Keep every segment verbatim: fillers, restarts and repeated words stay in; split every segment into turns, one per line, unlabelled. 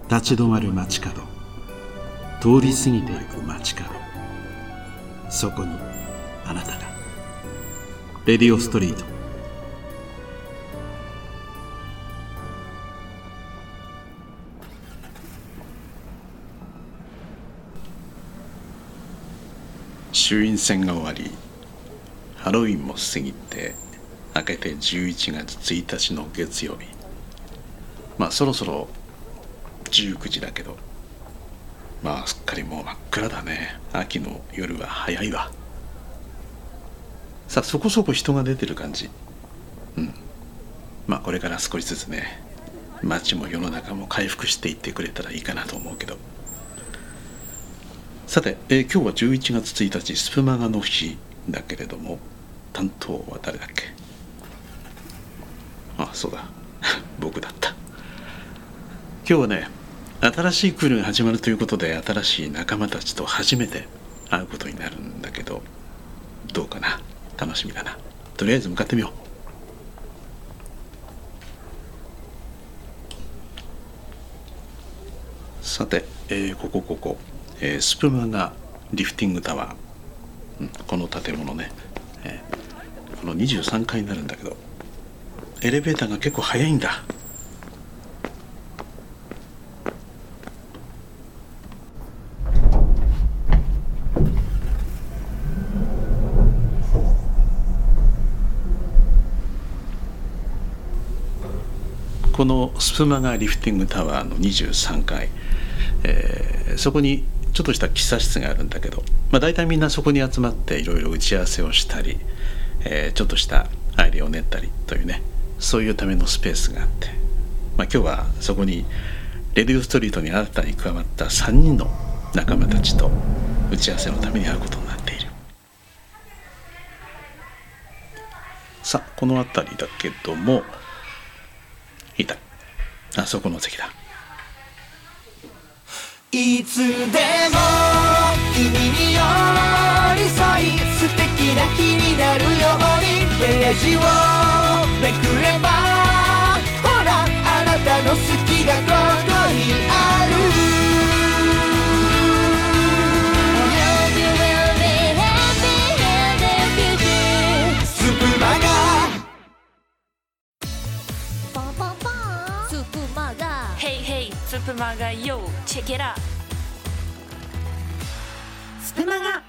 立ち止まる街角、通り過ぎていく街角、そこにあなたが。レディオストリート。衆院選が終わり、ハロウィンも過ぎて明けてじゅういちがつついたちの月曜日。まあそろそろじゅうくじだけど、まあすっかりもう真っ暗だね。秋の夜は早いわ。さあそこそこ人が出てる感じ。うんまあこれから少しずつね、街も世の中も回復していってくれたらいいかなと思うけど。さて、えー、今日はじゅういちがつついたち、スプマガの日だけれども、担当は誰だっけ。あ、そうだ僕だった。今日はね、新しいクールが始まるということで、新しい仲間たちと初めて会うことになるんだけど、どうかな、楽しみだな。とりあえず向かってみよう。さて、えー、ここここ、えー、スプマガリフティングタワー、うん、この建物ね、えー、このにじゅうさんかいになるんだけど、エレベーターが結構早いんだ。このスプマガリフティングタワーのにじゅうさんかい、えー、そこにちょっとした喫茶室があるんだけど、まあ、大体みんなそこに集まっていろいろ打ち合わせをしたり、えー、ちょっとしたアイデアを練ったりというね、そういうためのスペースがあって、まあ、今日はそこにレディオストリートに新たに加わったさんにんの仲間たちと打ち合わせのために会うことになっている。さあこの辺りだけども、いた、あそこの席だ。
いつでも君に寄り添い、素敵な日になるようにページをめくれば、ほらあなたの好きがここにある。スプマガ
スプマガ Hey hey スプマガ Yo check it out
スプマガ。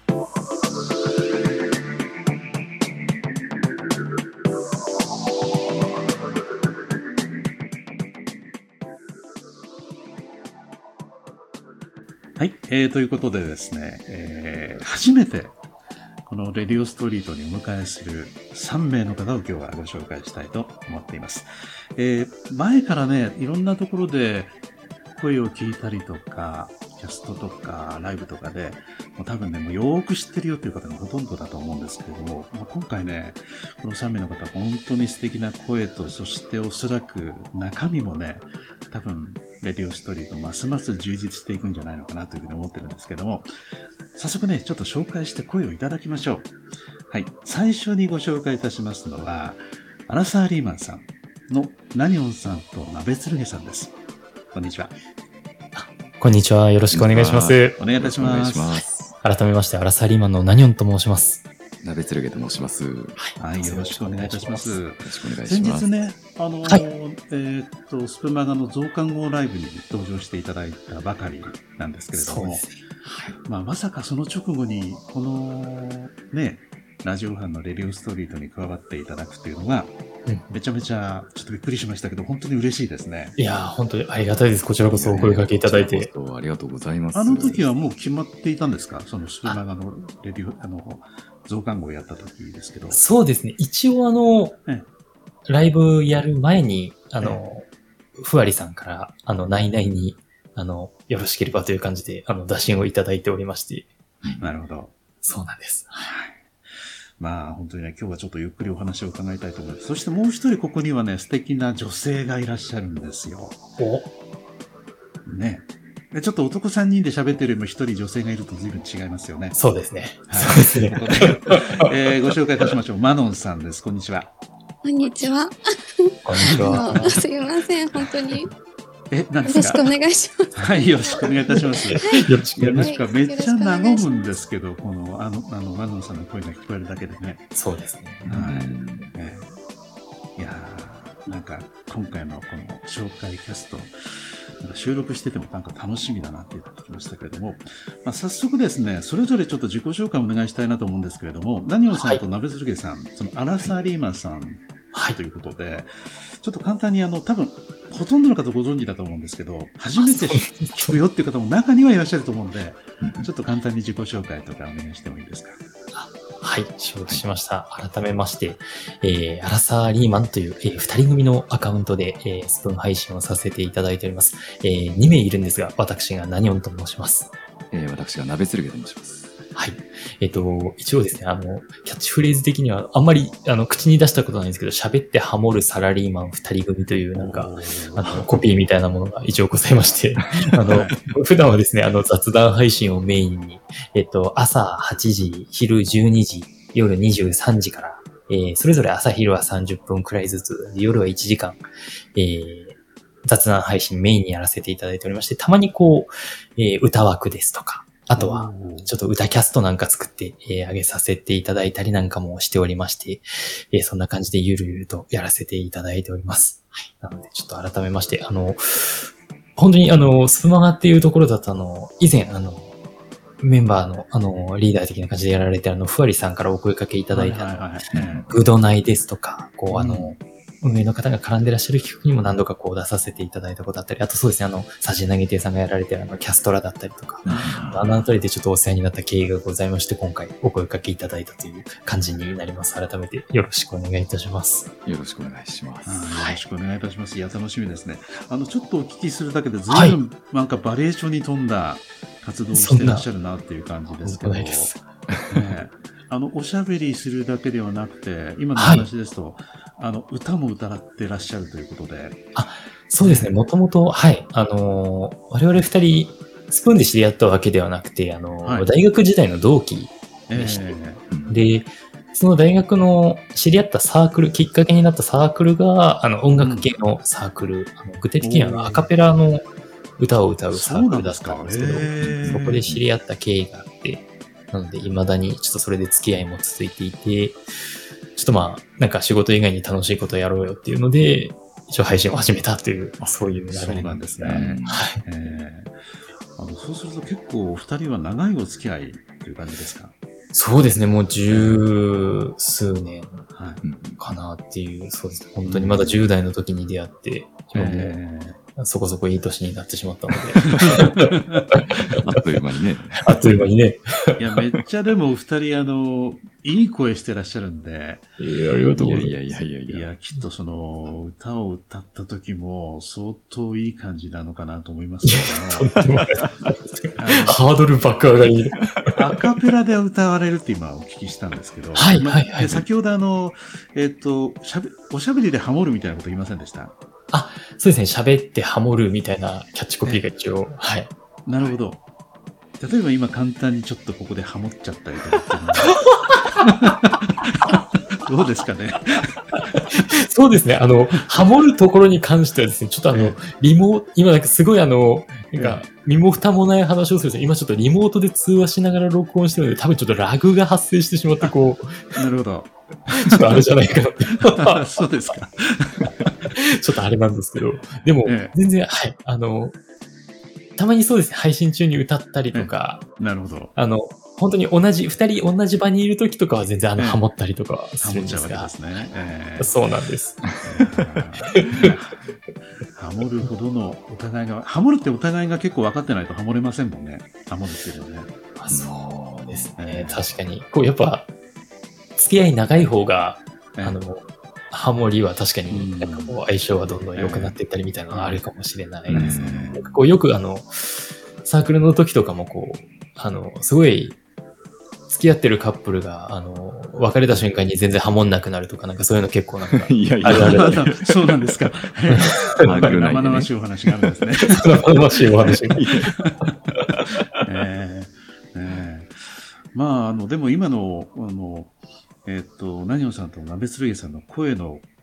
はい、えー、ということでですね、えー、初めてこのレディオストリートにお迎えするさんめいの方を今日はご紹介したいと思っています。えー、前からね、いろんなところで声を聞いたりとか、キャストとかライブとかで、もう多分ね、もうよーく知ってるよという方がほとんどだと思うんですけれども、まあ、今回ね、このさんめいの方、本当に素敵な声と、そしておそらく中身もね、多分レディオストリートますます充実していくんじゃないのかなというふうに思ってるんですけども、早速ね、ちょっと紹介して声をいただきましょう。はい。最初にご紹介いたしますのは、アラサー・リーマンさんのナニョンさんとナベツルゲさんです。こんにちは。
こんにちは。よろしくお願いします。
お願いいたします。
改めまして、アラサー・リーマンのナニョンと申します。
ナベツルゲと申します。
はい。よろしくお願いいたします。よ
ろしくお願いします。
先日ね、あの、はい、えー、っと、スプマガの増刊号ライブに登場していただいたばかりなんですけれども、はい、まあ、まさかその直後に、この、ね、ラジオ班のレディオストリートに加わっていただくっていうのが、うん、めちゃめちゃちょっとびっくりしましたけど、本当に嬉しいですね。
いやー、本当にありがたいです。こちらこそお声掛けいただいて。
ありがとうございます。
あの時はもう決まっていたんですか？そのスプマガのレディオ、あの、増刊号をやった時ですけど。
そうですね。一応あの、ええ、ライブやる前に、あの、ええ、ふわりさんから、あの、ナイナイに、あの、よろしければという感じで、あの、打診をいただいておりまして。
なるほど。
そうなんです。
はい。まあ本当にね、今日はちょっとゆっくりお話を伺いたいと思います。そしてもう一人ここにはね、素敵な女性がいらっしゃるんですよ。
お
ね。ちょっと男さんにんで喋ってるよりも一人女性がいると随分違いますよね。
そうですね。
はい、
そうですね。
えー、ご紹介いたしましょう。マノンさんです。こんにちは。
こんにちは。
こんにちは。
すいません、本当に。
え、何で
よろしくお
すか？
願いします。
はい、よろしくお願いいたします。
よろし
いや、
くお願いし
なんかめっちゃ和むんですけど、この、あの、あの、マノンさんの声が聞こえるだけでね。
ます。そうですね。
はい。ねいやーなんか、今回のこの紹介キャスト、なんか収録しててもなんか楽しみだなって言ってきましたけれども、まあ、早速ですね、それぞれちょっと自己紹介をお願いしたいなと思うんですけれども、何をさんと鍋鶴さん、そのアラサー・リーマンさん
はい。
ということで、ちょっと簡単にあの、多分、ほとんどの方ご存知だと思うんですけど、初めて聞くよっていう方も中にはいらっしゃると思うんで、ちょっと簡単に自己紹介とかお願いしてもいいですか？
はい、承知しました。改めまして、えー、アラサー・リーマンという、えー、二人組のアカウントで、えー、スプーン配信をさせていただいております。えー、に名いるんですが、私が何音と申します。
えー、私が鍋鶴毛と申します。
はい。えっ、と、一応ですね、あの、キャッチフレーズ的には、あんまり、あの、口に出したことないんですけど、喋ってハモるサラリーマン二人組という、なんか、あの、コピーみたいなものが一応ございまして、あの、普段はですね、あの、雑談配信をメインに、えっ、と、朝はちじ、昼じゅうにじ、夜にじゅうさんじから、えー、それぞれ朝昼はさんじゅっぷんくらいずつ、夜はいちじかん、えー、雑談配信メインにやらせていただいておりまして、たまにこう、えー、歌枠ですとか、あとは、ちょっと歌キャストなんか作って、えー、上げさせていただいたりなんかもしておりまして、えー、そんな感じでゆるゆるとやらせていただいております。はい。なので、ちょっと改めまして、あの、本当にあの、スプマガっていうところだとあの、以前あの、メンバーのあの、リーダー的な感じでやられてあの、ふわりさんからお声掛けいただいた、
はいはいはい
グドナイですとか、こうあの、運営の方が絡んでらっしゃる企画にも何度かこう出させていただいたことだったり、あとそうですね、あの、さじ投げ亭さんがやられてるあの、キャストラだったりとか、あのあたりでちょっとお世話になった経緯がございまして、今回お声掛けいただいたという感じになります。改めてよろしくお願いいたします。
よろしくお願いします。
はい、よろしくお願いいたします。いや、楽しみですね。あの、ちょっとお聞きするだけで、ずいぶん、なんかバリエーションに富んだ活動をしてらっしゃるなっていう感じですけど。
ないです。
ね、あの、おしゃべりするだけではなくて、今の話ですと、はい、あの、歌も歌ってらっしゃるということで。
あ、そうですね。もともと、はい。あのー、我々二人、スプーンで知り合ったわけではなくて、あのーはい、大学時代の同期でして、えー、で、その大学の知り合ったサークル、きっかけになったサークルが、あの、音楽系のサークル、うん、あの具体的にはアカペラの歌を歌うサークルだったんですけど、そ, えー、そこで知り合った経緯があって、なので、未だにちょっとそれで付き合いも続いていて、ちょっとまあ、なんか仕事以外に楽しいことをやろうよっていうので、一応配信を始めたという、そういう流れなんですね。はい。
えー、あのそうすると結構お二人は長いお付き合いという感じですか？
そうですね、もう十数年かなっていう、はい、そうですね。本当にまだじゅう代の時に出会って、今も、えーそこそこいい年になってしまったので。
あっという間にね。
あっという間にね。
いや、めっちゃでもお二人、あの、いい声してらっしゃるんで。
いや、ありがとうございます。
いやいやいやいや。
いや、きっとその、歌を歌った時も相当いい感じなのかなと思いますけど、ね、
ハードル爆上がり。
アカペラで歌われるって今お聞きしたんですけど。
はいはいはい。
先ほどあの、えっと、しゃべ、おしゃべりでハモるみたいなこと言いませんでした？
あ、そうですね。喋ってハモるみたいなキャッチコピーが一応、はい。
なるほど。例えば今簡単にちょっとここでハモっちゃったりとかってどうですかね？
そうですね。あの、ハモるところに関してはですね、ちょっとあの、リモート、今なんかすごいあの、なんか、身も蓋もない話をするんですよ。今ちょっとリモートで通話しながら録音してるので、多分ちょっとラグが発生してしまって、こう。
なるほど。
ちょっとあれじゃないかな。
そうですか。
ちょっとあれなんですけど。でも、ええ、全然、はい。あの、たまにそうですね、配信中に歌ったりとか。
ええ、なるほど。
あの、本当に同じ、二人同じ場にいるときとかは全然あの、ええ、ハモったりとかするんですが。
ハモっちゃうわけですね。え
え、そうなんです。
ハモるほどのお互いが、ハモるってお互いが結構分かってないとハモれませんもんね。ハモるっていうのね。
あ、そうですね。確かに。こう、やっぱ、付き合い長い方が、ええ、あの、ハモリは確かになんかこう相性はどんどん良くなっていったりみたいなのがあるかもしれないですね。なんかこうよくあの、サークルの時とかもこう、あの、すごい付き合ってるカップルが、あの、別れた瞬間に全然ハモんなくなるとか、なんかそういうの結構なんか、
いやいや、
あるあるそうなんですか。生々しいお話があるんですね。
生々しいお話が。
えーえー、まあ、あの、でも今の、あの、えっと、何をさんと鍋鶴毛さんの声の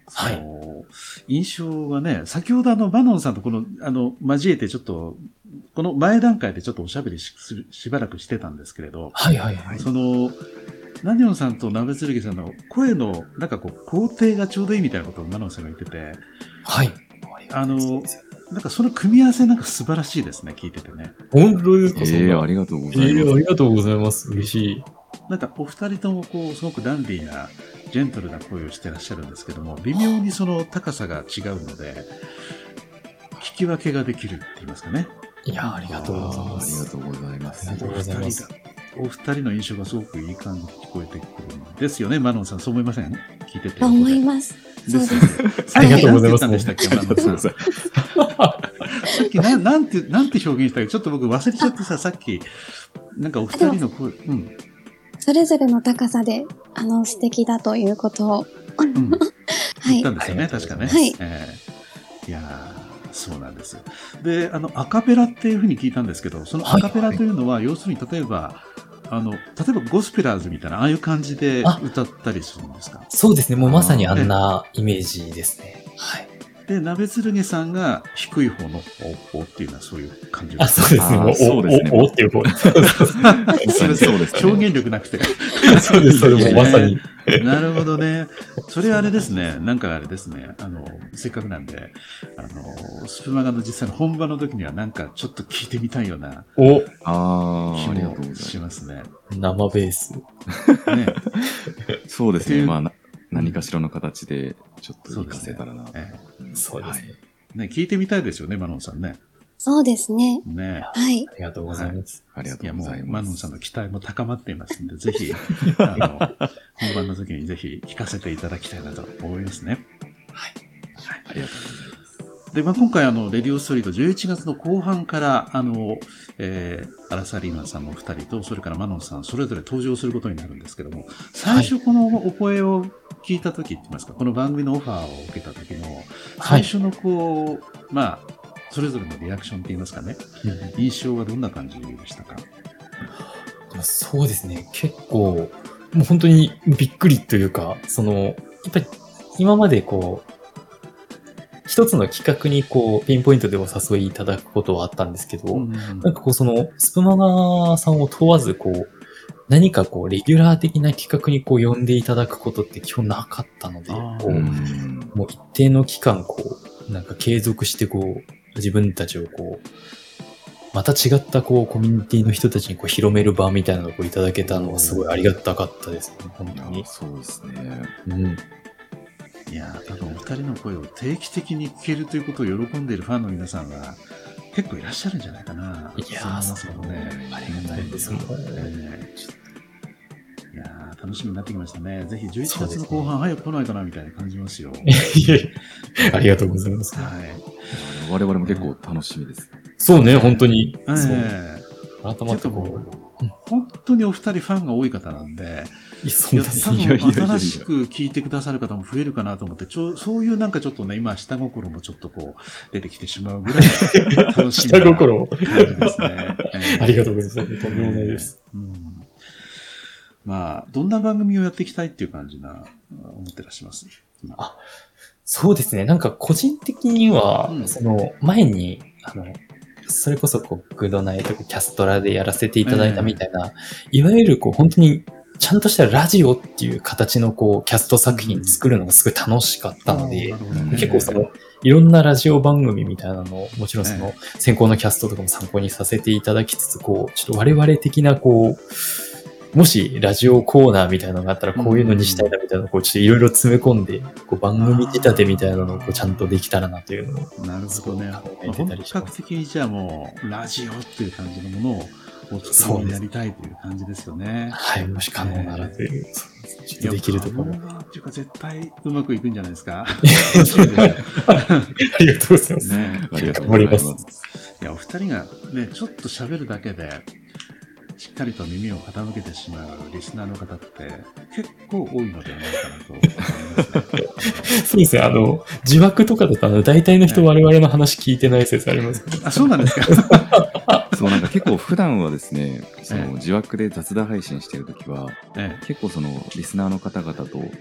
はい
その印象がね、先ほどあの、バノンさんとこの、あの、交えてちょっと、この前段階でちょっとおしゃべり し, しばらくしてたんですけれど、
はいはいはい。
その、ナニョンさんとナベツルギさんの声の、なんかこう、工程がちょうどいいみたいなことをナノンさんが言ってて、
はい。
あの、なんかその組み合わせなんか素晴らしいですね、聞いててね。
本当ですか？
え
そんな
ー、ありがとうござ
え
います。
ーありがとうございます。嬉しい。
なんかお二人ともこう、すごくダンディーな、ジェントルな声をしてらっしゃるんですけども、微妙にその高さが違うので、聞き分けができるって言いますかね。
いや、ありがとうござい
あーあ
ます。
りがとうございます。
ありがとうございます。
お二人の印象がすごくいい感じに聞こえてくるんですよね、マノンさん。そう思いません？聞いてて。
と思います。そうです。
す。
ありがとうございます
何て言ったんでしたっけ、マノンさん。さっきな、なんて、なんて表現したか、ちょっと僕忘れちゃってさ、さっき、なんかお二人の声、うん。
それぞれの高さで、あの、素敵だということを。
うん。
はい
言ったん。ですよね、確かね。
はい
えーいやー、そうなんです。で、あの、アカペラっていうふうに聞いたんですけど、そのアカペラというのは、要するに、例えば、あの、例えばゴスペラーズみたいな、ああいう感じで歌ったりするんですか？
そうですね。もうまさにあんなイメージですね。はい。
で、鍋剣さんが低い方のおおっていうのはそういう感じ
あ、そうですね。
あー
もう、
そうですね
お、お、おっていう方。
すみません。
そうですね
表現力なくて。
そうです。それもまさに。
なるほどね。それあれですね。なんかあれですね。あの、せっかくなんで、あの、スプマガの実際の本番の時にはなんかちょっと聞いてみたいような
お、
ああ、ありがとうござい
気もし
ま
ますね。
生ベース。
ね。
す。そうですね。
っていう
まあ、な何かしらの形で、ちょっと活か
そうですね
せたらなと。
え
そうですね。
えね、聞いてみたいですよね、マノンさんね。
そうですね。
ね。
はい。
ありがとうございます。
ありが
いや、もう、
とうございます
マノンさん。の期待も高まっていますんで、ぜひ、あの、本番の時にぜひ聞かせていただきたいなと思いますね。
ありがとうございます。
で、まあ、今回、あの、レディオストリートじゅういちがつの後半から、あの、えー、アラサリーマンさんのお二人と、それからマノンさん、それぞれ登場することになるんですけども、最初このお声を聞いた時って言いますか、この番組のオファーを受けた時の、最初のこう、まあ、それぞれのリアクションって言いますかね、印象はどんな感じでしたか？
でもそうですね。結構、もう本当にびっくりというか、その、やっぱり今までこう、一つの企画にこう、ピンポイントでお誘いいただくことはあったんですけど、
うん
なんかこう、その、スプマガさんを問わず、こう、何かこう、レギュラー的な企画にこう、呼んでいただくことって基本なかったので、
あー
こう、
うん
もう一定の期間、こう、なんか継続してこう、自分たちをこう、また違ったこう、コミュニティの人たちにこう、広める場みたいなのをこういただけたのはすごいありがたかったですね、本
い
当に
や。そうですね。
うん。
いやー、多分お二人の声を定期的に聞けるということを喜んでいるファンの皆さんが結構いらっしゃるんじゃないかな。
いやー
そう思いますけどね。
ありがたいですもん。
えーいやー楽しみになってきましたね。ぜひじゅういちがつの
そうですね
後半早く来ないかなみたいな感じますよ。
いえありがとうございます。
はい。
我々も結構楽しみです。
そうね、本当に。
え
そう。
え
改まってこう。
本当にお二人ファンが多い方なんで、
いや、
いや
そんな
多
いやいやいやいや
分新しく聞いてくださる方も増えるかなと思って、ちょそういうなんかちょっとね、今下心もちょっとこう出てきてしまうぐらい楽しみな
下心を。
感じですね。ええ
ありがとうございます。とんでもないです。
うんまあ、どんな番組をやっていきたいっていう感じな、思ってらっしゃいます今
あそうですね。なんか個人的には、
うん
その前に、あの、それこそこう、グッドナイト、キャストラでやらせていただいたみたいな、いわゆるこう、本当にちゃんとしたラジオっていう形のこう、キャスト作品作るのがすごい楽しかったので、
なるほどね
結構その、いろんなラジオ番組みたいなのを、もちろんその、先行のキャストとかも参考にさせていただきつつ、こう、ちょっと我々的なこう、もしラジオコーナーみたいなのがあったらこういうのにしたいなみたいなのをこうちょっといろいろ詰め込んで、こう番組仕立てみたいなのをこうちゃんとできたらなというのを。
なるほどね。ま
考え
あ本
てたりします
格的にじゃあもう、ラジオっていう感じのものをお作りになりたいという感じですよね。
はい、もし可能ならという、そうですねちょっとできるところ。
いや可能っていうか絶対うまくいくんじゃないですか。
ありがとうございます。
ね
ありがとうございます。
いや、お二人がね、ちょっと喋るだけで、しっかりと耳を傾けてしまうリスナーの方って結構多いのではないかなと思いますね。
そうですね、あの、自爆とかだとあの大体の人我々の話聞いてない説ありますね。
あ、そうなんですか。
そう、なんか結構普段はですね、そ
ええ
の自枠で雑談配信してるときは、
え
結構そのリスナーの方々と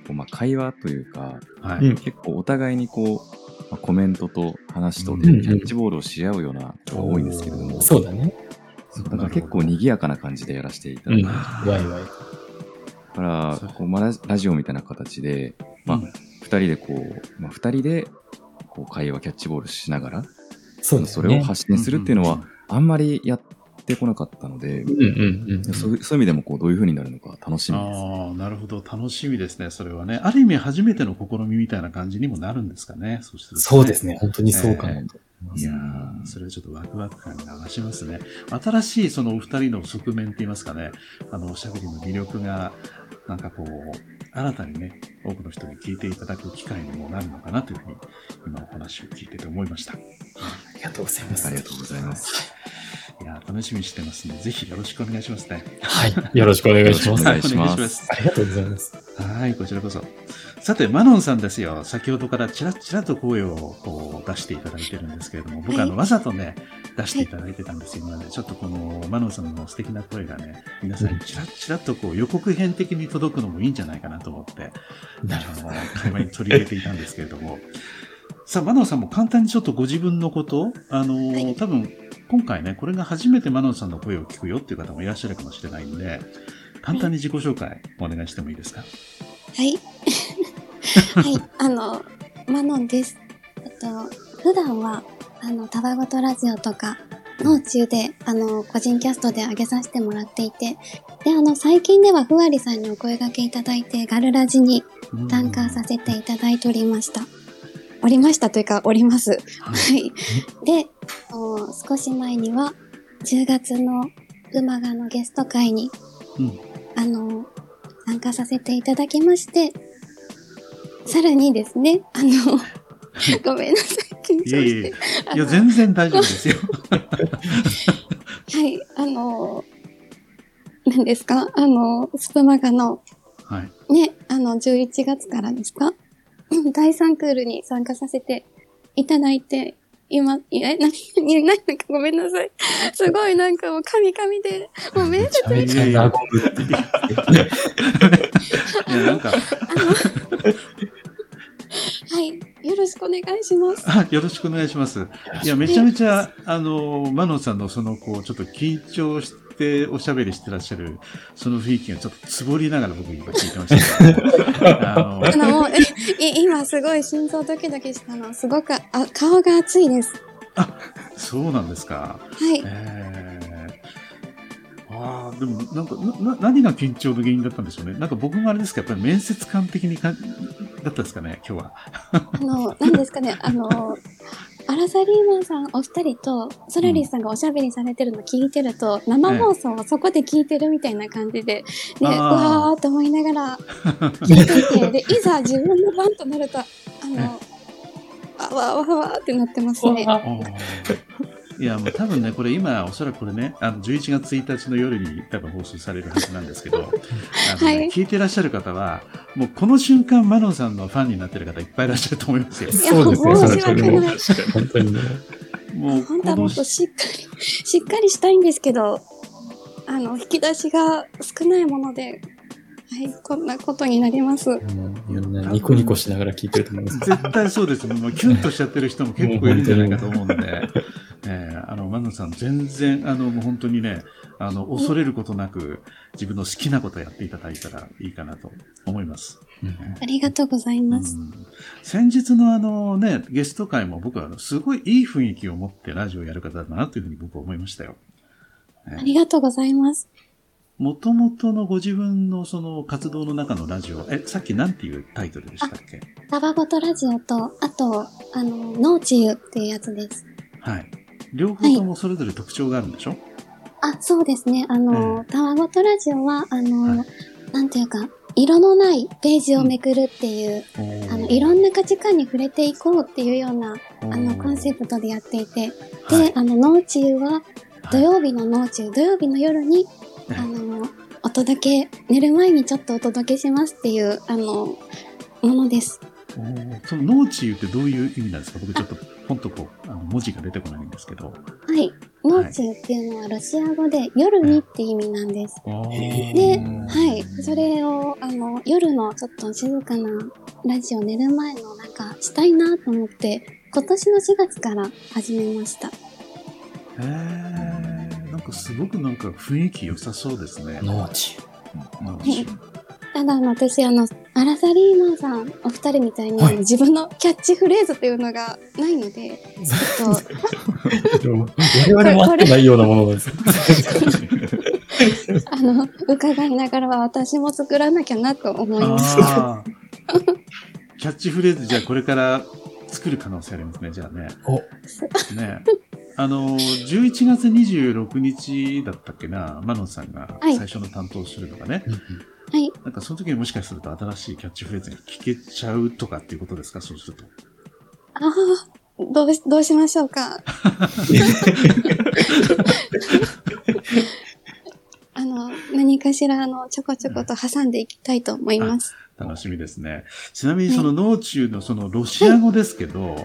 こうまあ会話というか、
はい。
うん
結構お互いにこう、まあ、コメントと話とで
うん
キャッチボールをし合うような人が多いんですけれども、
そうだね。
そうだから結構賑やかな感じでやらせていただ
うん。
いて、
ワイワイ。
だからこう、まあ、ラジラジオみたいな形で、まあ、
うん
二人でこう、まあ、二人でこう会話キャッチボールしながら、
そうだね。
それを発信するっていうの
うん
はあんまりやってこなかったので、
うんうんうん。
そういうそういう意味でもこうどういう風になるのか楽しみです。
ああ、なるほど。楽しみですね。それはね。ある意味初めての試みみたいな感じにもなるんですかね。そうするとね
そうですね。本当にそうかもと思います。
いやー、それはちょっとワクワク感が増しますね。新しいそのお二人の側面って言いますかね、あの、おしゃべりの魅力が、なんかこう、新たにね、多くの人に聞いていただく機会にもなるのかなというふうに、今お話を聞いてて思いました。
ありがとうございます。
ありがとうございます。
いやー、楽しみにしてますので、ぜひよろしくお願いしますね。
はい。よろしくお願いします。
お願いします
お願いします。
ありがとうございます。
はい、こちらこそ。さて、マノンさんですよ。先ほどからちらっちらと声をこう出していただいてるんですけれども、僕はあの、
はい
わざとね、出していただいてたんですよ、今まで。ちょっとこのマノンさんの素敵な声がね、皆さんにちらっちらとこう予告編的に届くのもいいんじゃないかなと思って、
なるほど。
あの会話に取り入れていたんですけれども。さあ、マノンさんも簡単にちょっとご自分のこと、あの、
はい
多分、今回ね、これが初めてマノンさんの声を聞くよっていう方もいらっしゃるかもしれないんで、簡単に自己紹介お願いしてもいいですか？
はい。はい、あの、マノンです。えっと、普段は、あの、たわごとラジオとか、道中で、あの、個人キャストで上げさせてもらっていて、で、あの、最近ではふわりさんにお声掛けいただいて、ガルラジに参加させていただいておりました。おりましたというか、おります。はい。で、あの少し前には、じゅうがつの馬がのゲスト会に、
うん
あの、参加させていただきまして、さらにですね、あの、ごめんなさい、緊張
いやいやい
して。
や、いや全然大丈夫ですよ。
はい、あの、何ですかあの、スプマガの、
はい。
ね、あの、じゅういちがつからですかだいさんクールに参加させていただいて、今、いや、な、な、なんかごめんなさい。すごいなんかもうカミカミで、もうめっちゃ
めちゃめちゃ和むっていう。
いや、なんか、
はい、よろしくお願いします。
あよろしくお願いします。いや、めちゃめちゃ、あの、マノンさんのその、こう、ちょっと緊張しておしゃべりしてらっしゃる、その雰囲気がちょっとつぼりながら僕今聞いてましたけど。あの、
あの、もうえい今すごい心臓ドキドキしたの。すごく、あ、顔が熱いです。
そうなんですか。
はい。
えーああ、でも、なんか、な、何が緊張の原因だったんでしょうね。なんか僕もあれですか、やっぱり面接官的にか、だったんですかね、今日は。
あの、何ですかね、あの、アラサリーマンさんお二人と、ソラリーさんがおしゃべりされてるの聞いてると、生放送をそこで聞いてるみたいな感じで、ね、う
あー
わーって思いながら聞いていて、で、いざ自分の番となると、あの、あわーわーわーってなってますね。
おーいや、もう多分ね、これ今、おそらくこれね、あの、じゅういちがつついたちの夜に多分放送されるはずなんですけど、あのね
はい
聞いてらっしゃる方は、もうこの瞬間、マノンさんのファンになってる方いっぱいいらっしゃると思いますよ。
いや
そうですね。
申し訳ない
それはもう本当にね。
もう、
本当は
この
もっとしっかり、しっかりしたいんですけど、あの、引き出しが少ないもので、はい、こんなことになります。
もうみんなニコニコしながら聞いてると思います。
絶対そうですね。もうキュンとしちゃってる人も結構いるんじゃないかと思うんで、えーあの、マノンさん全然、あの、もう本当にね、あの、恐れることなく、自分の好きなことをやっていただいたらいいかなと思います。
ありがとうございます。
うん先日のあのね、ゲスト会も僕はあのすごいいい雰囲気を持ってラジオをやる方だなというふうに僕は思いましたよ。
ありがとうございます。
もともとのご自分のその活動の中のラジオ、え、さっきなんていうタイトルでしたっけ？
タバゴとラジオと、あと、あの、ノーチユっていうやつです。
はい。両方ともそれぞれ特徴があるんでしょ？
あ、そうですね。あの、タワゴとラジオは、あの、
はい
なんていうか、色のないページをめくるっていう、あの、いろんな価値観に触れていこうっていうような、あの、コンセプトでやっていて、で、
はい
あの、ノーチユは、土曜日のノーチユ、土曜日の夜に、
はい
あの、お届け、寝る前にちょっとお届けしますっていう、あの、ものです。
おーそのノーチユってどういう意味なんですか？僕ちょっとポンとこう、あの文字が出てこないんですけど。
はい。ノーチューっていうのはロシア語で夜にって意味なんです。で、はい。それを、あの、夜のちょっと静かなラジオ寝る前のなんかしたいなと思って、今年のしがつから始めました。
へー。なんかすごくなんか雰囲気良さそうですね。
ノーチ
ュ。ノーチュ。
ただ、私、あの、アラサリーマンさん、お二人みたいに、はい、自分のキャッチフレーズっていうのがないので、ちょっ
と。我々も合ってないようなものなんですよ。
あの、伺いながらは私も作らなきゃなと思いました。
キャッチフレーズ、じゃあこれから作る可能性ありますね、じゃあね。
お
ね。あの、じゅういちがつにじゅうろくにちだったっけな、マノンさんが最初の担当するのがね。
はい。
なんかその時にもしかすると新しいキャッチフレーズが聞けちゃうとかっていうことですか、そうすると。
ああ、どう、どうしましょうか。あの、何かしら、あの、ちょこちょこと挟んでいきたいと思います。
楽しみですね。ちなみにそのノーチューのそのロシア語ですけど、はい、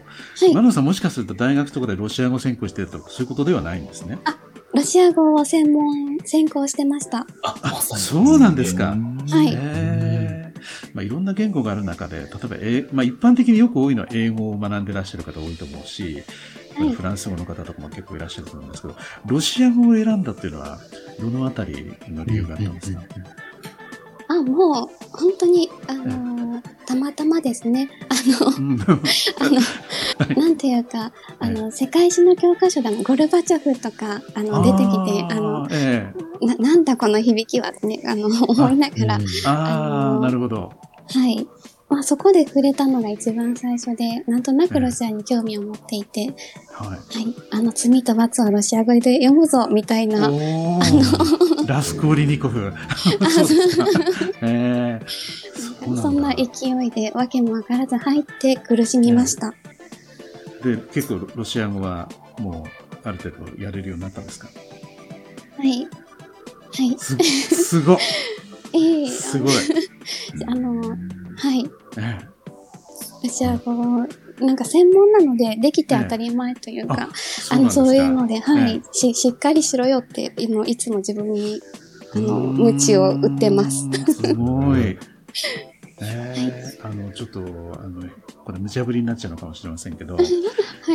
マノンさんもしかすると大学とかでロシア語専攻してるとかそういうことではないんですね。
あ、ロシア語を専門、専攻してました。
あ、あそうなんですか。
はい。
へー。まあ、いろんな言語がある中で、例えば、えまあ、一般的によく多いのは英語を学んでらっしゃる方多いと思うし、はい、フランス語の方とかも結構いらっしゃると思うんですけど、ロシア語を選んだっていうのは、どのあたりの理由があったんですか？
あ、もう、本当に、あのー、たまたまですね。あの、あの、なんていうか、あの、世界史の教科書でもゴルバチョフとか、あの、出てきて、あの、ええ、な、なんだこの響きはね、あの、思いながら。あ、
ああ、なるほど。
はい。まあ、そこで触れたのが一番最初で、なんとなくロシアに興味を持っていて、えー、はい。はい。あの、罪と罰をロシア語で読むぞ、みたいな。あの、
ラスコーリニコフ。そうですか。えー、
そんな勢いで、わけもわからず入って苦しみました。
で、結構ロシア語はもう、ある程度やれるようになったんですか？
はい。はい。
す、すごい。
ええー、
すごい。
あの、はい。
ええ、
ロシア語、なんか専門なので、できて当たり前というか、ええ、あ, あの、そういうので、はい、ええ、し、しっかりしろよって、いつも自分に、あの、鞭を打ってます。
すごい。ええ、はい、あの、ちょっと、あの、これ無茶ぶりになっちゃうのかもしれませんけど、はい、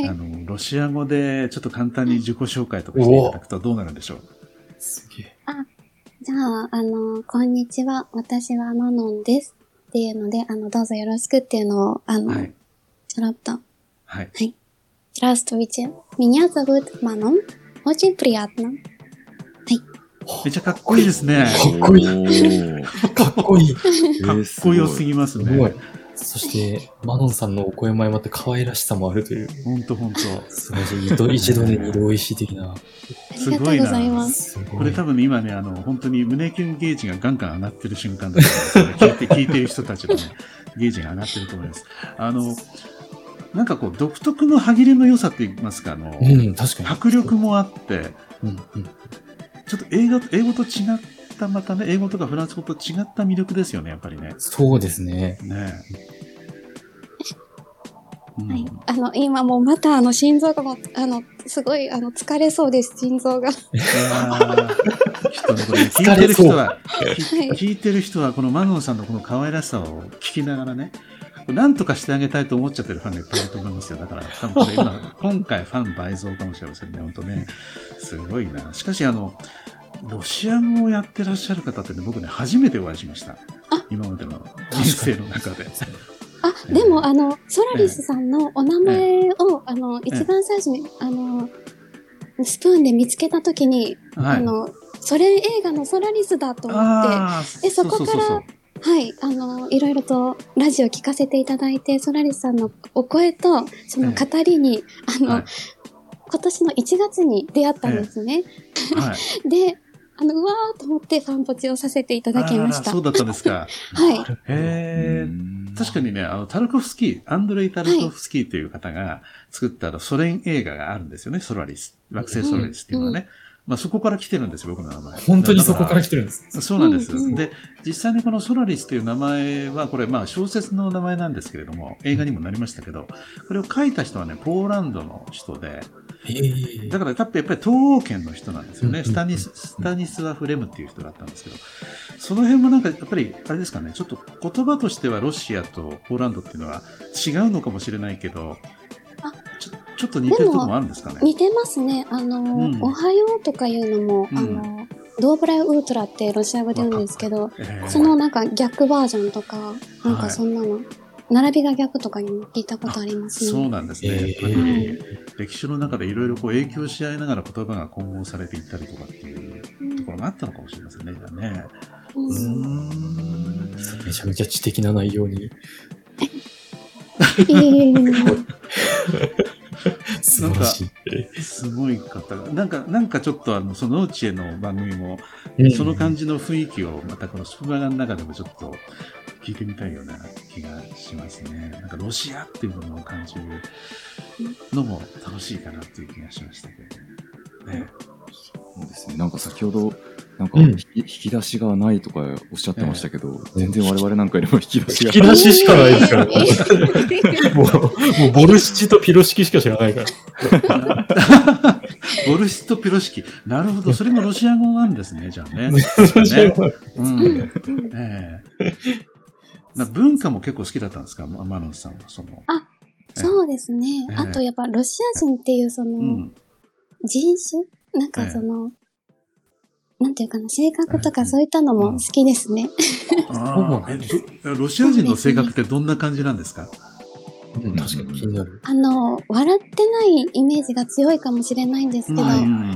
あの、ロシア語でちょっと簡単に自己紹介とかしていただくとどうなるんでしょう？
すげえ。
あ、じゃあ、あの、こんにちは、私はマノンです。っていうので、あの、どうぞよろしくっていうのを、あの、はい、ちょろっと。
はい。
はい。Здравствуйте. Меня зовут Manon. Очень приятно. はい。
めっちゃかっこいいですね。
かっこいい。かっこいい。
かっこよすぎますね。すごい。
そして、マノンさんのお声も相まって可愛らしさもあるという。
ほんとほんと。
素晴らしい。一度で二度美味しい的な。
すごいな。ありがとうございます。
これ多分今ね、あの、本当に胸キュンゲージがガンガン上がってる瞬間だと思います、ね。聞いて、聞いてる人たちのね、ゲージが上がってると思います。あの、なんかこう、独特の歯切れの良さって言いますか、あの、
うん、確かに。
迫力もあって、
うんうん、
ちょっと英語、英語と違った、またね、英語とかフランス語と違った魅力ですよね、やっぱりね。
そうですね。
ね
うん、はい。あの、今もうまたあの心臓がもう、あの、すごい、あの、疲れそうです、心臓が。いや
人のこれ、聞いてる人は、聞いてる人は、このマノンさんのこの可愛らしさを聞きながらね、なんとかしてあげたいと思っちゃってるファンがいっぱいいると思いますよ。だから、多分これ今、今回ファン倍増かもしれませんね、本当ね。すごいな。しかし、あの、ロシア語をやってらっしゃる方ってね、僕ね、初めてお会いしました。今までの人生の中で。
あ、でも、あの、ソラリスさんのお名前を、あの、一番最初に、あの、スプーンで見つけたときに、あの、ソ連映画のソラリスだと思って、で、そこから、はい、あの、いろいろとラジオ聞かせていただいて、ソラリスさんのお声と、その語りに、あの、今年のいちがつに出会ったんですね。で、あの、うわーと思ってファンポチをさせていただきました。
そうだったんですか。
はい。
へー。確かにね、あの、タルコフスキー、アンドレイ・タルコフスキーという方が作ったソ連映画があるんですよね、ソラリス。惑星ソラリスっていうのはね。 まあ、そこから来てるんですよ、僕の名前。
本当にそこから来てるんです。
そうなんです。
うんうん、
で、実際にこのソラリスという名前は、これまあ小説の名前なんですけれども、映画にもなりましたけど、これを書いた人はね、ポーランドの人で、だから多分やっぱり東欧圏の人なんですよね。スタニス、スタニスワフ・レムっていう人だったんですけど、その辺もなんかやっぱり、あれですかね、ちょっと言葉としてはロシアとポーランドっていうのは違うのかもしれないけど、ちょちょっと似てるところもあるんですかね。
似てますね。あの、うん、おはようとかいうのも、うん、あの、ドーブライウートラってロシア語で言うんですけど、えー、そのなんか逆バージョンとか、なんかそんなの、はい、並びが逆とかにも聞いたことありますね。
そうなんですね。えー、歴史の中でいろいろこう影響し合いながら言葉が混合されていったりとかっていうところがあったのかもしれませんね。じゃあね。
うん、うー
んめちゃめちゃ知的な内容に。素晴らしい。
すごい方が。なんか、なんかちょっとあの、そのうちへの番組も、うん、その感じの雰囲気をまたこのスプマガの中でもちょっと聞いてみたいような気がしますね。なんかロシアっていうものを感じるのも楽しいかなっていう気がしましたけどね。ね
そうですね。なんか先ほど、なんか、うん、引き出しがないとかおっしゃってましたけど、えー、全然我々なんかよりも引き出しが
引き出ししかないですからね。もう、もうボルシチとピロシキしか知らないから。
ボルシチとピロシキ。なるほど。それもロシア語なんですね、じゃあね。ねうん。えー、文化も結構好きだったんですか、マノンさんは。その
あ、そうですね。えー、あとやっぱロシア人っていうその、うん、人種なんかその、えーなんていうかな、性格とかそういったのも好きですね。
うん、あえロシア人の性格ってどんな感じなんですか？
うん、確かに気になる。
あの、笑ってないイメージが強いかもしれないんですけど、うん、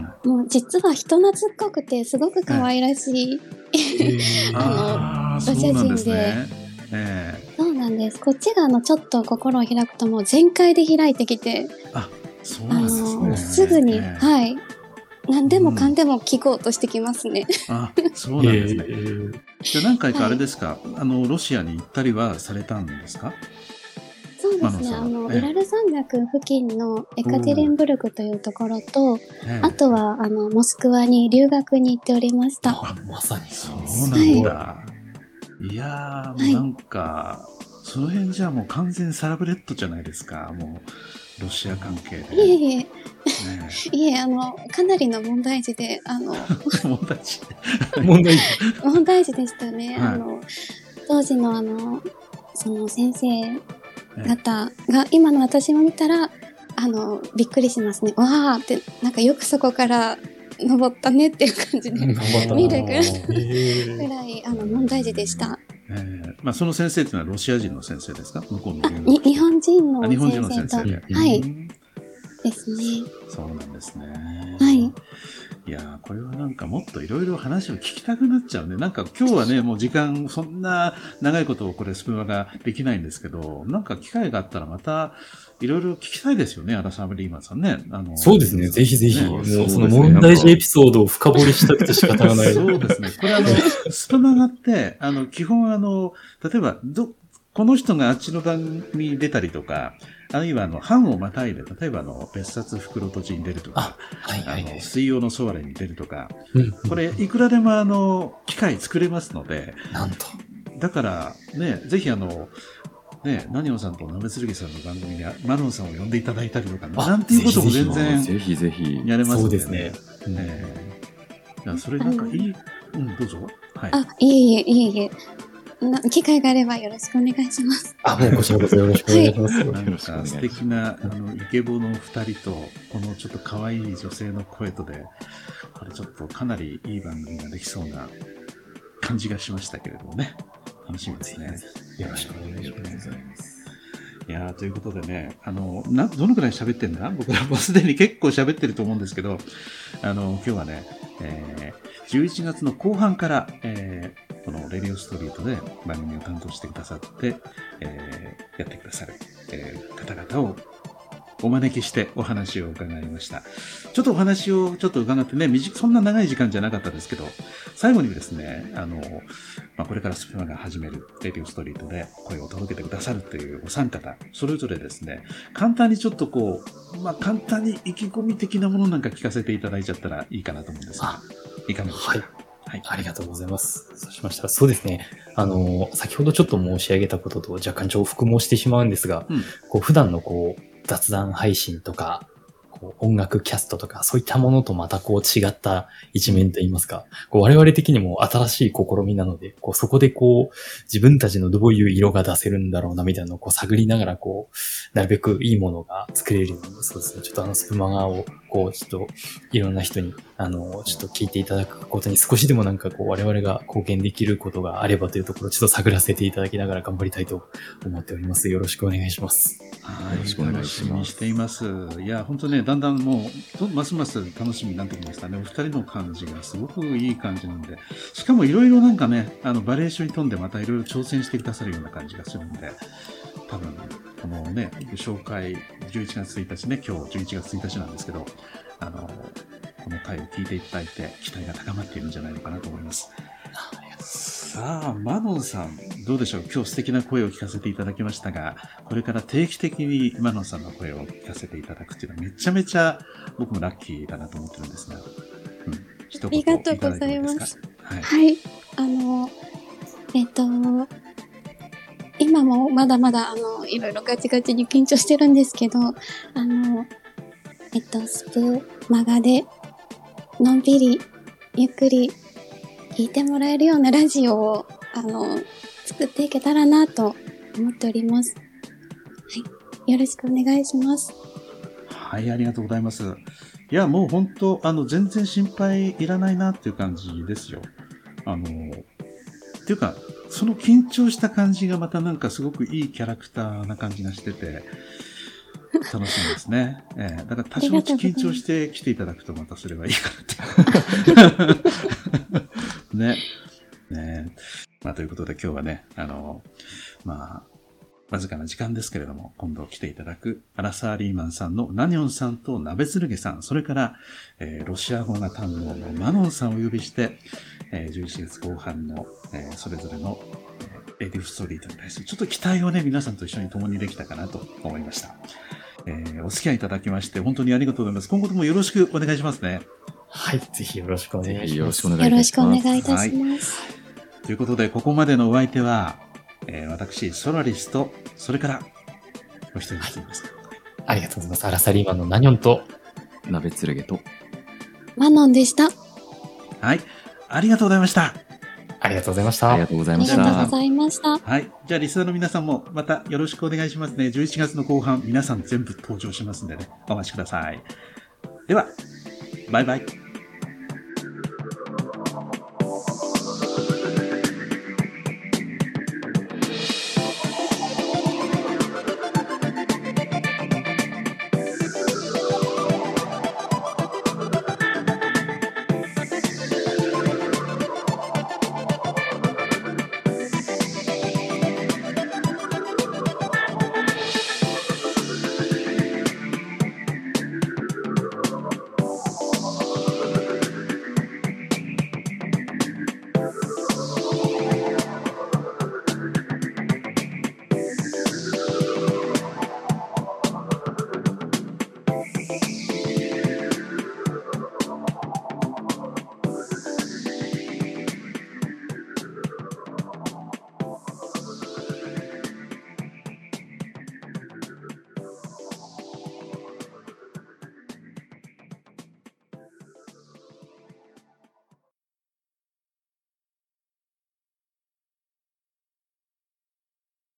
もう実は人懐っこくてすごく可愛らしい、あの、ロシア人で。そうなんですね。えー、そうなんです。こっちがあの、ちょっと心を開くともう全開で開いてきて、
あ、そうなんですね。
すぐに、えー、はい。何でもかんでも聞こうとしてきますね。
うん、あ、そうなんですね。えー、じゃあ何回かあれですか、はい、あの、ロシアに行ったりはされたんですか？
そうですね。あの、ウラル山脈付近のエカテリンブルクというところと、あとは、あの、モスクワに留学に行っておりました。
あ、まさに
そうなんだ。はい、いやー、なんか、はい、その辺じゃもう完全サラブレッドじゃないですか。もう、ロシア関係で。
いえいえ。ね、いえ、あの、かなりの問題児で、あの、
問題児
問題児
問題児でしたね。
はい、
あの、当時のあの、その先生方が、今の私を見たら、あの、びっくりしますね。わーって、なんかよくそこから登ったねっていう感じで見るぐらい、あの、問題児でした。
えーまあ、その先生っていうのはロシア人の先生ですか？向こうの留学
に日本人の先生と。
日本人の先生で。
はい。ですね。
そうなんですね。
はい。
いやー、これはなんかもっといろいろ話を聞きたくなっちゃうね。なんか今日はね、もう時間、そんな長いことをこれスプマができないんですけど、なんか機会があったらまたいろいろ聞きたいですよね、アラサー・リーマンさんね。あの
そうですね、ぜひぜひ。ね、もうその問題児エピソードを深掘りしたくて仕方がない。
そうですね。これあの、スプマガって、あの、基本あの、例えば、ど、この人があっちの番組に出たりとか、あるいはあの、班をまたいで、例えばあの、別冊袋とじに出るとか、あ、はいはいはい、あの、水曜のソワレに出るとか、うんうん、これ、いくらでもあの、機会作れますので、
なんと。
だから、ね、ぜひあの、ね、ナニオンさんとナベスルギさんの番組にマロンさんを呼んでいただいたりとか、なんていうことも全然、
ぜひぜひ、
やれますので、
ね。そうですね。
ねいやそれなんかいい、うん、どうぞ。はい。
あ、いえいえ、いえいえ。な機会があればよろしくお願いします。
あ、もうこちらこそよろしくお願いします。はい、
なんか素敵な、あの、イケボの二人と、このちょっと可愛い女性の声とで、これちょっとかなりいい番組ができそうな感じがしましたけれどもね。楽しみですね。
よろしくお願いします。
いやー、ということでね、あの、な、どのくらい喋ってんだ？僕らもうすでに結構喋ってると思うんですけど、あの、今日はね、えー、じゅういちがつの後半から、えー、このレディオストリートで番組を担当してくださって、えー、やってくださる、えー、方々をお招きしてお話を伺いました。ちょっとお話をちょっと伺ってね、短そんな長い時間じゃなかったですけど、最後にですね、あの、まあ、これからスプマが始めるレディオストリートで声を届けてくださるというお三方、それぞれですね、簡単にちょっとこう、まあ、簡単に意気込み的なものなんか聞かせていただいちゃったらいいかなと思うんですが、いかがでしょうか。
はい。
はい。
ありがとうございます。そうしましたら、そうですね。あの、先ほどちょっと申し上げたことと若干重複もしてしまうんですが、
うん、
こう普段のこう雑談配信とか、こう音楽キャストとか、そういったものとまたこう違った一面といいますか、こう我々的にも新しい試みなので、こうそこでこう自分たちのどういう色が出せるんだろうなみたいなのをこう探りながら、こう、なるべくいいものが作れるように、そうですね、ちょっとあのスプマガをこうちょっといろんな人にあのちょっと聞いていただくことに少しでもなんかこう我々が貢献できることがあればというところをちょっと探らせていただきながら頑張りたいと思っております。よろしくお願いします。
はい、
よろしくお願いします。
楽しみにしています。いや、本当ね、だんだんもう、ますます楽しみになってきましたね。お二人の感じがすごくいい感じなんで、しかもいろいろなんかね、あの、バリエーションに富んでまたいろいろ挑戦してくださるような感じがするんで、多分、このね、紹介、じゅういちがつついたちね、今日じゅういちがつついたちなんですけど、あの、この回を聞いていただいて、期待が高まっているんじゃないのかなと思います。さあ、マノンさん、どうでしょう。今日素敵な声を聞かせていただきましたが、これから定期的にマノンさんの声を聞かせていただくっていうのはめちゃめちゃ僕もラッキーだなと思ってるんですが、うん、一言いただいてもいいですか。
ありがとうございます。
はい。
はい。あの、えっと、今もまだまだ、あの、いろいろガチガチに緊張してるんですけど、あの、えっと、スプマガで、のんびり、ゆっくり、聞いてもらえるようなラジオを、あの、作っていけたらなと思っております。はい。よろしくお願いします。
はい、ありがとうございます。いや、もう本当、あの、全然心配いらないなっていう感じですよ。あの、っていうか、その緊張した感じがまたなんかすごくいいキャラクターな感じがしてて、楽しみですね。ええ、だから多少緊張して来ていただくとまたそれはいいかなって。ね。ね。まあということで今日はね、あの、まあ、わずかな時間ですけれども、今度来ていただくアラサー・リーマンさんのナニョンさんとナベツルゲさん、それから、えー、ロシア語が堪能のマノンさんをお呼びして、えー、じゅういちがつこう半の、えー、それぞれの、えー、レディオストリートに対するちょっと期待をね、皆さんと一緒に共にできたかなと思いました。えー、お付き合いいただきまして本当にありがとうございます。今後ともよろしくお願いしますね。
はい、ぜひよろしくお願いします。
よろしくお願いい
よろし
たします。
くお願いいたします。
はい、ということで、ここまでのお相手は、えー、私、ソラリスと、それから、お一人ずつですか。
ありがとうございます。アラサリーマンのナニョンと、
ナベツルゲと、
マノンでした。
はい。ありがとうございました。
ありがとうございました。
ありがとうござい
あ
ました
りがとうご。ざいました。
はい。じゃあ、リスナーの皆さんも、またよろしくお願いしますね。じゅういちがつの後半、皆さん全部登場しますんでね、お待ちください。では、バイバイ。